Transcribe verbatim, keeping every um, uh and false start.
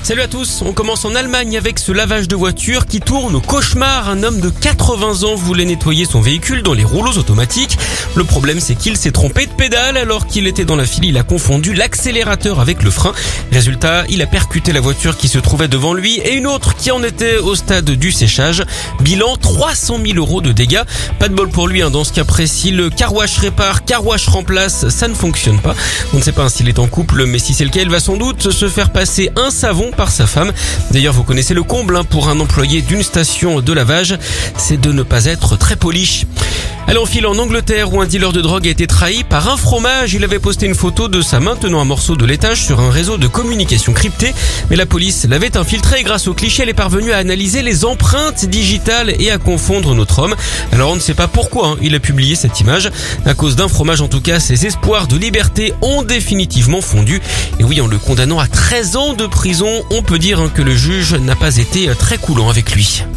Salut à tous, on commence en Allemagne avec ce lavage de voiture qui tourne au cauchemar. Un homme de quatre-vingts ans voulait nettoyer son véhicule dans les rouleaux automatiques. Le problème, c'est qu'il s'est trompé de pédale alors qu'il était dans la file. Il a confondu l'accélérateur avec le frein. Résultat, il a percuté la voiture qui se trouvait devant lui et une autre qui en était au stade du séchage. Bilan trois cent mille euros de dégâts. Pas de bol pour lui hein, dans ce cas précis. Le car wash répare, car wash remplace, ça ne fonctionne pas. On ne sait pas s'il est en couple, mais si c'est le cas, il va sans doute se faire passer un savon par sa femme. D'ailleurs, vous connaissez le comble hein, pour un employé d'une station de lavage, c'est de ne pas être très poli. Allez, on file en Angleterre où un dealer de drogue a été trahi par un fromage. Il avait posté une photo de sa main tenant un morceau de laitage sur un réseau de communication crypté. Mais la police l'avait infiltré et grâce au cliché, elle est parvenue à analyser les empreintes digitales et à confondre notre homme. Alors on ne sait pas pourquoi hein, il a publié cette image. À cause d'un fromage en tout cas, ses espoirs de liberté ont définitivement fondu. Et oui, en le condamnant à treize ans de prison, on peut dire hein, que le juge n'a pas été très coulant avec lui.